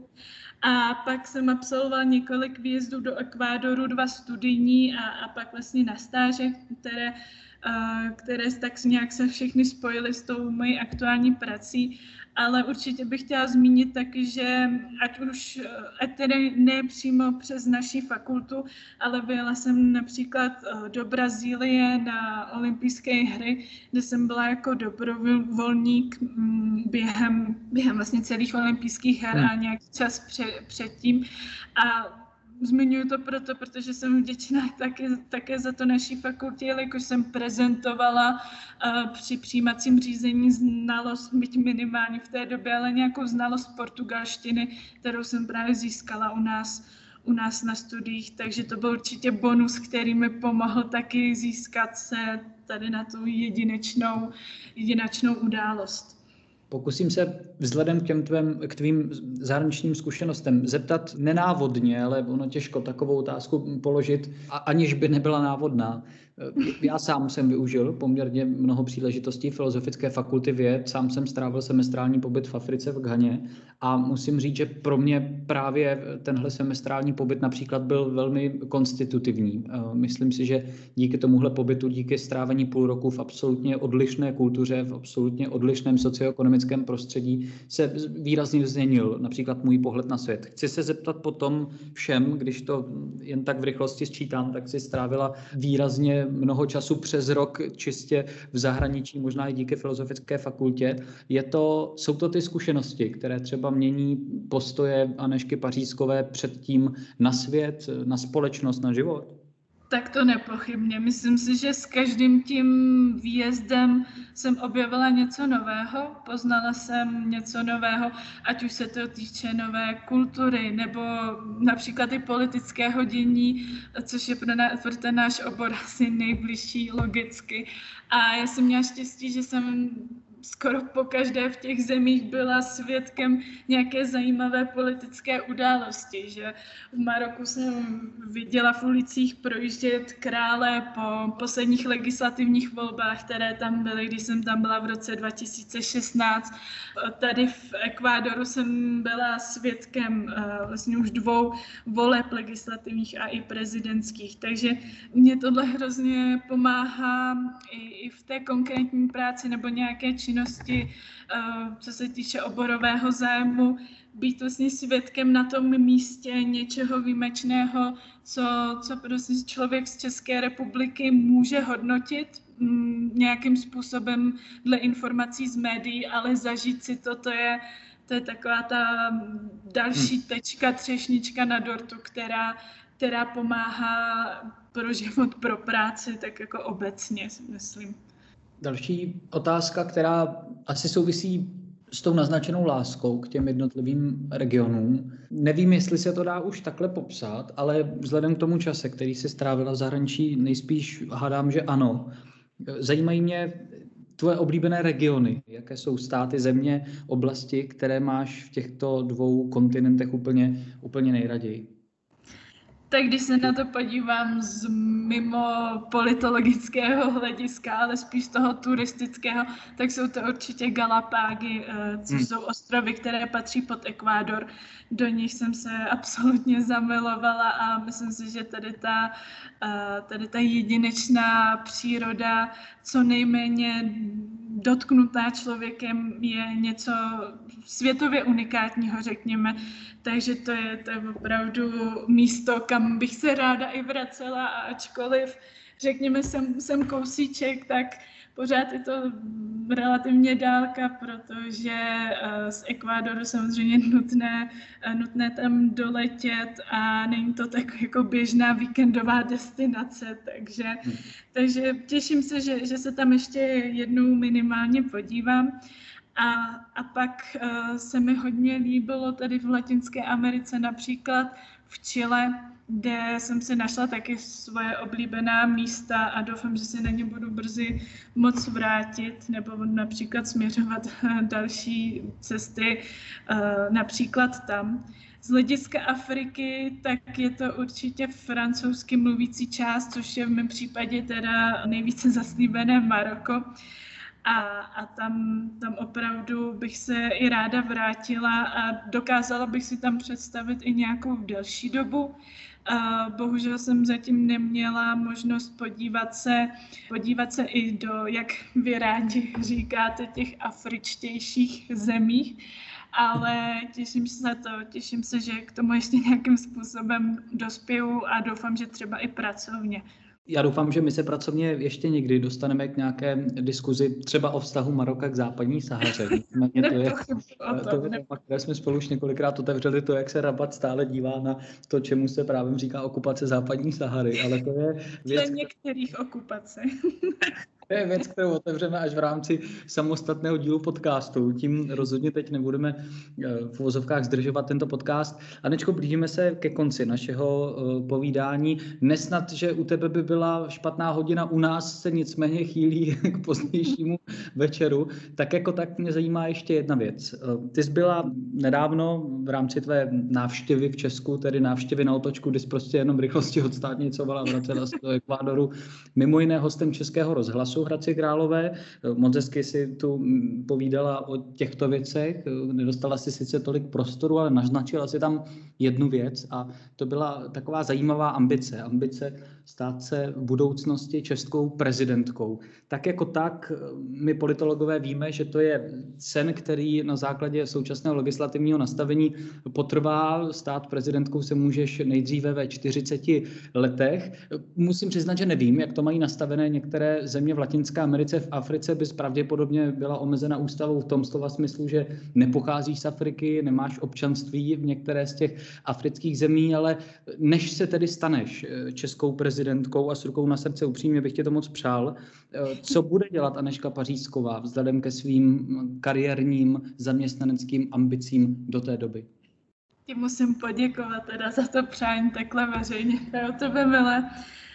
A pak jsem absolvovala několik výjezdů do Ekvádoru, dva studijní a, a pak vlastně na stáže, které, uh, které tak nějak se všechny spojily s tou mojí aktuální prací. Ale určitě bych chtěla zmínit taky, že ať už ať tedy ne přímo přes naši fakultu, ale vyjela jsem například do Brazílie na olympijské hry, kde jsem byla jako dobrovolník během, během vlastně celých olympijských her a nějaký čas před, předtím. A zmiňuji to proto, protože jsem vděčná také, také za to naší fakultě, jelikož jsem prezentovala uh, při přijímacím řízení znalost, byť minimálně v té době, ale nějakou znalost portugalštiny, kterou jsem právě získala u nás, u nás na studiích, takže to byl určitě bonus, který mi pomohl taky získat se tady na tu jedinečnou, jedinečnou událost. Pokusím se vzhledem k těm tvém, k tvým zahraničním zkušenostem zeptat nenávodně, ale ono těžko takovou otázku položit, a aniž by nebyla návodná. Já sám jsem využil poměrně mnoho příležitostí Filozofické fakulty věd, sám jsem strávil semestrální pobyt v Africe v Ghaně a musím říct, že pro mě právě tenhle semestrální pobyt například byl velmi konstitutivní. Myslím si, že díky tomuhle pobytu, díky strávení půl roku v absolutně odlišné kultuře, v absolutně odlišném socioekonomickém prostředí se výrazně změnil například můj pohled na svět. Chci se zeptat potom všem, když to jen tak v rychlosti sčítám, tak si strávila výrazně mnoho času přes rok čistě v zahraničí, možná i díky Filozofické fakultě. Je to, jsou to ty zkušenosti, které třeba mění postoje Anežky Pařízkové předtím na svět, na společnost, na život? Tak to nepochybně. Myslím si, že s každým tím výjezdem jsem objevila něco nového, poznala jsem něco nového, ať už se to týče nové kultury nebo například i politického dění, což je pro, na, pro ten náš obor asi nejbližší logicky. A já jsem měla štěstí, že jsem skoro po každé v těch zemích byla svědkem nějaké zajímavé politické události, že v Maroku jsem viděla v ulicích projíždět krále po posledních legislativních volbách, které tam byly, když jsem tam byla v roce dva tisíce šestnáct. Tady v Ekvádoru jsem byla svědkem uh, vlastně už dvou voleb legislativních a i prezidentských, takže mě tohle hrozně pomáhá i, i v té konkrétní práci nebo nějaké činnosti, co se týče oborového zájmu, být vlastně svědkem na tom místě něčeho výjimečného, co, co prostě člověk z České republiky může hodnotit m, nějakým způsobem dle informací z médií, ale zažít si to, to je, to je taková ta další tečka, třešnička na dortu, která, která pomáhá pro život, pro práci, tak jako obecně, myslím. Další otázka, která asi souvisí s tou naznačenou láskou k těm jednotlivým regionům. Nevím, jestli se to dá už takhle popsat, ale vzhledem k tomu čase, který si strávila v zahraničí, nejspíš hádám, že ano. Zajímají mě tvoje oblíbené regiony. Jaké jsou státy, země, oblasti, které máš v těchto dvou kontinentech úplně, úplně nejraději? Tak když se na to podívám z mimo politologického hlediska, ale spíš z toho turistického, tak jsou to určitě Galapágy, což hmm. jsou ostrovy, které patří pod Ekvádor. Do nich jsem se absolutně zamilovala a myslím si, že tady ta, tady ta jedinečná příroda co nejméně dotknutá člověkem je něco světově unikátního, řekněme. Takže to je, to je opravdu místo, kam bych se ráda i vracela, a ačkoliv, řekněme, jsem, jsem kousíček, tak pořád je to relativně dálka, protože z Ekvádoru samozřejmě nutné, nutné tam doletět a není to tak jako běžná víkendová destinace, takže, takže těším se, že, že se tam ještě jednou minimálně podívám. A, a pak uh, se mi hodně líbilo tady v Latinské Americe, například v Chile, kde jsem si našla taky svoje oblíbená místa a doufám, že se na ně budu brzy moc vrátit nebo například směřovat další cesty, uh, například tam. Z hlediska Afriky, tak je to určitě francouzsky mluvící část, což je v mém případě teda nejvíce zaslíbené Maroko. A, a tam, tam opravdu bych se i ráda vrátila a dokázala bych si tam představit i nějakou delší dobu. A bohužel jsem zatím neměla možnost podívat se, podívat se i do, jak vy rádi říkáte, těch afričtějších zemích, ale těším se na to, těším se, že k tomu ještě nějakým způsobem dospěju a doufám, že třeba i pracovně. Já doufám, že my se pracovně ještě někdy dostaneme k nějaké diskuzi třeba o vztahu Maroka k západní Sahaře. To je, to je téma, které jsme spolu už několikrát otevřeli, to, jak se Rabat stále dívá na to, čemu se právě říká okupace západní Sahary. Ale to je věc, některých okupace. To je věc, kterou otevřeme až v rámci samostatného dílu podcastu. Tím rozhodně teď nebudeme v uvozovkách zdržovat tento podcast. Anečko, blížíme se ke konci našeho povídání. Nesnad, že u tebe by byla špatná hodina, u nás se nicméně chýlí k pozdějšímu večeru. Tak jako tak mě zajímá ještě jedna věc. Ty jsi byla nedávno v rámci tvé návštěvy v Česku, tedy návštěvy na otočku, kdy jsi prostě jenom v rychlosti odstátnicovala a vracela se do Ekvádoru, mimo jiné hostem Českého rozhlasu v Hradci Králové. Moc hezky si tu povídala o těchto věcech. Nedostala si sice tolik prostoru, ale naznačila si tam jednu věc a to byla taková zajímavá ambice. Ambice stát se v budoucnosti českou prezidentkou. Tak jako tak, my politologové víme, že to je sen, který na základě současného legislativního nastavení potrvá. Stát prezidentkou se můžeš nejdříve ve čtyřiceti letech. Musím přiznat, že nevím, jak to mají nastavené některé země v Latinské Americe. V Africe bys pravděpodobně byla omezena ústavou v tom slova smyslu, že nepocházíš z Afriky, nemáš občanství v některé z těch afrických zemí, ale než se tedy staneš českou prezidentkou a s rukou na srdce upřímně bych tě to moc přál, co bude dělat Anežka Pařízková vzhledem ke svým kariérním zaměstnaneckým ambicím do té doby? Ti musím poděkovat teda za to přání takhle veřejně. To je o tebe milé.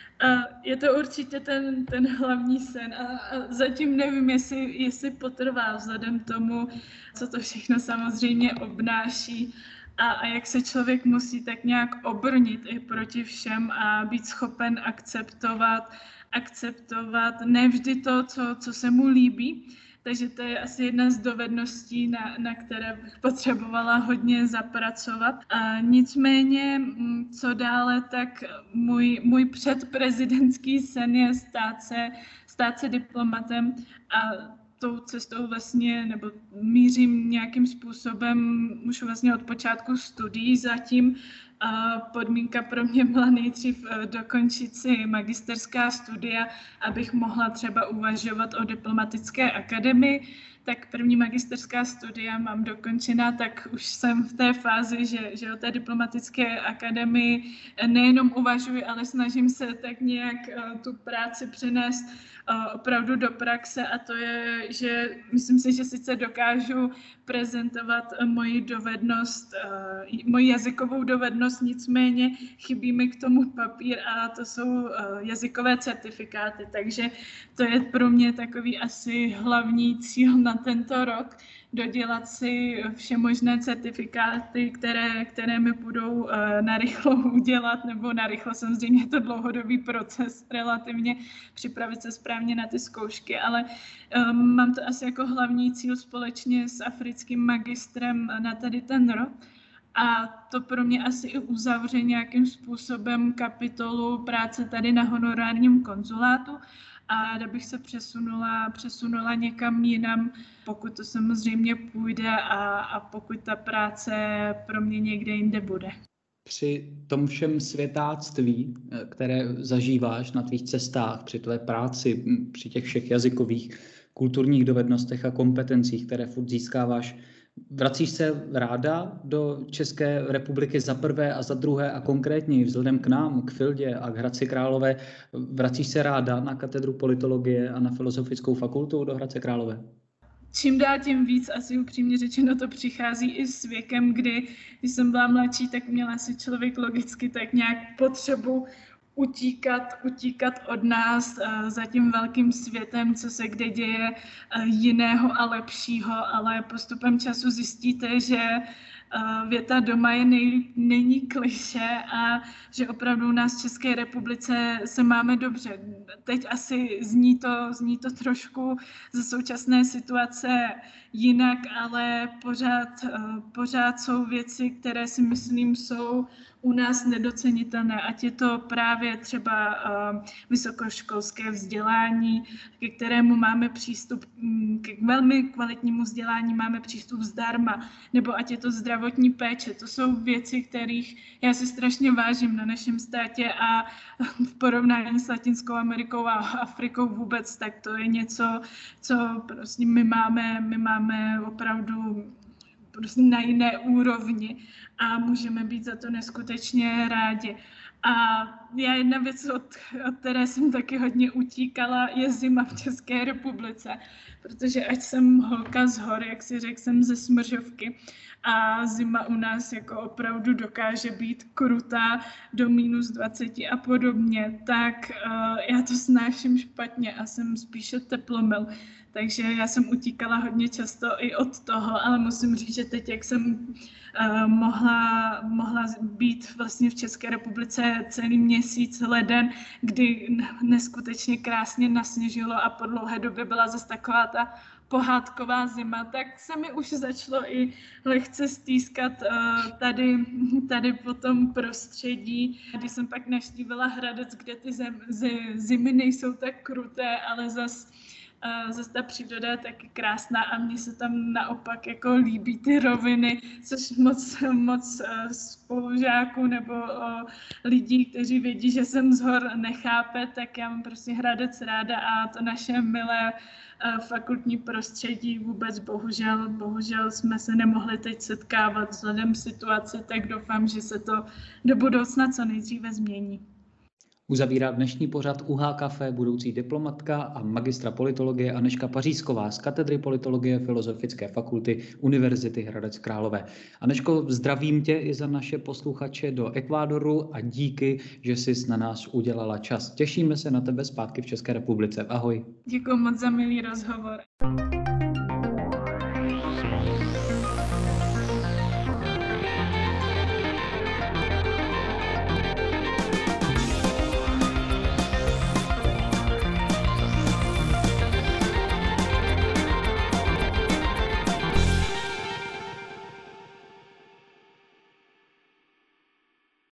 Je to určitě ten, ten hlavní sen a, a zatím nevím, jestli, jestli potrvá vzhledem tomu, co to všechno samozřejmě obnáší a, a jak se člověk musí tak nějak obrnit i proti všem a být schopen akceptovat, akceptovat nevždy to, co, co se mu líbí. Takže to je asi jedna z dovedností, na, na které bych potřebovala hodně zapracovat. A nicméně, co dále, tak můj, můj předprezidentský sen je stát se, stát se diplomatem a tou cestou vlastně, nebo mířím nějakým způsobem už vlastně od počátku studií zatím. A podmínka pro mě byla nejdřív dokončit si magisterská studia, abych mohla třeba uvažovat o diplomatické akademii. Tak první magisterská studia mám dokončená, tak už jsem v té fázi, že, že o té diplomatické akademii nejenom uvažuji, ale snažím se tak nějak tu práci přenést opravdu do praxe a to je, že myslím si, že sice dokážu prezentovat moji dovednost, moji jazykovou dovednost, nicméně chybí mi k tomu papír a to jsou jazykové certifikáty, takže to je pro mě takový asi hlavní cíl na tento rok, dodělat si všemožné certifikáty, které, které mi budou narychlo udělat, nebo narychlo samozřejmě je to dlouhodobý proces relativně připravit se správně na ty zkoušky, ale um, mám to asi jako hlavní cíl společně s africkým magistrem na tady ten rok. A to pro mě asi i uzavře nějakým způsobem kapitolu práce tady na honorárním konzulátu. a ráda bych se přesunula, přesunula někam jinam, pokud to samozřejmě půjde a, a pokud ta práce pro mě někde jinde bude. Při tom všem světáctví, které zažíváš na tvých cestách, při tvé práci, při těch všech jazykových, kulturních dovednostech a kompetencích, které furt získáváš, vracíš se ráda do České republiky za prvé a za druhé a konkrétně vzhledem k nám, k Fildě a k Hradci Králové, vracíš se ráda na katedru politologie a na Filozofickou fakultu do Hradce Králové? Čím dál tím víc, asi upřímně řečeno, to přichází i s věkem, kdy, když jsem byla mladší, tak měla si člověk logicky tak nějak potřebu utíkat, utíkat od nás uh, za tím velkým světem, co se kde děje uh, jiného a lepšího, ale postupem času zjistíte, že uh, věta doma je nej, není klišé a že opravdu u nás v České republice se máme dobře. Teď asi zní to, zní to trošku ze současné situace jinak, ale pořád, uh, pořád jsou věci, které si myslím jsou u nás nedocenitelné, ať je to právě třeba uh, vysokoškolské vzdělání, ke kterému máme přístup, k velmi kvalitnímu vzdělání máme přístup zdarma, nebo ať je to zdravotní péče. To jsou věci, kterých já si strašně vážím na našem státě a v porovnání s Latinskou Amerikou a Afrikou vůbec, tak to je něco, co prostě my máme, my máme opravdu prostě na jiné úrovni a můžeme být za to neskutečně rádi. A já jedna věc, od, od které jsem taky hodně utíkala, je zima v České republice, protože ať jsem holka z hor, jak si řekl, jsem ze Smržovky a zima u nás jako opravdu dokáže být krutá do minus dvacet a podobně, tak uh, já to snáším špatně a jsem spíše teplomil. Takže já jsem utíkala hodně často i od toho, ale musím říct, že teď, jak jsem uh, mohla, mohla být vlastně v České republice celý měsíc leden, kdy neskutečně krásně nasněžilo a po dlouhé době byla zase taková ta pohádková zima, tak se mi už začalo i lehce stýskat uh, tady, tady po tom prostředí. Když jsem pak navštívila Hradec, kde ty zem, zimy nejsou tak kruté, ale zas Uh, zase ta příroda je taky krásná a mně se tam naopak jako líbí ty roviny, což moc, moc uh, spolužáků nebo uh, lidí, kteří vědí, že jsem z hor, nechápe, tak já mám prostě Hradec ráda a to naše milé uh, fakultní prostředí vůbec bohužel, bohužel jsme se nemohli teď setkávat vzhledem situaci, tak doufám, že se to do budoucna co nejdříve změní. Uzavírá dnešní pořad U H Café budoucí diplomatka a magistra politologie Anežka Pařízková z katedry politologie Filozofické fakulty Univerzity Hradec Králové. Anežko, zdravím tě i za naše posluchače do Ekvádoru a díky, že jsi na nás udělala čas. Těšíme se na tebe zpátky v České republice. Ahoj. Děkuji moc za milý rozhovor.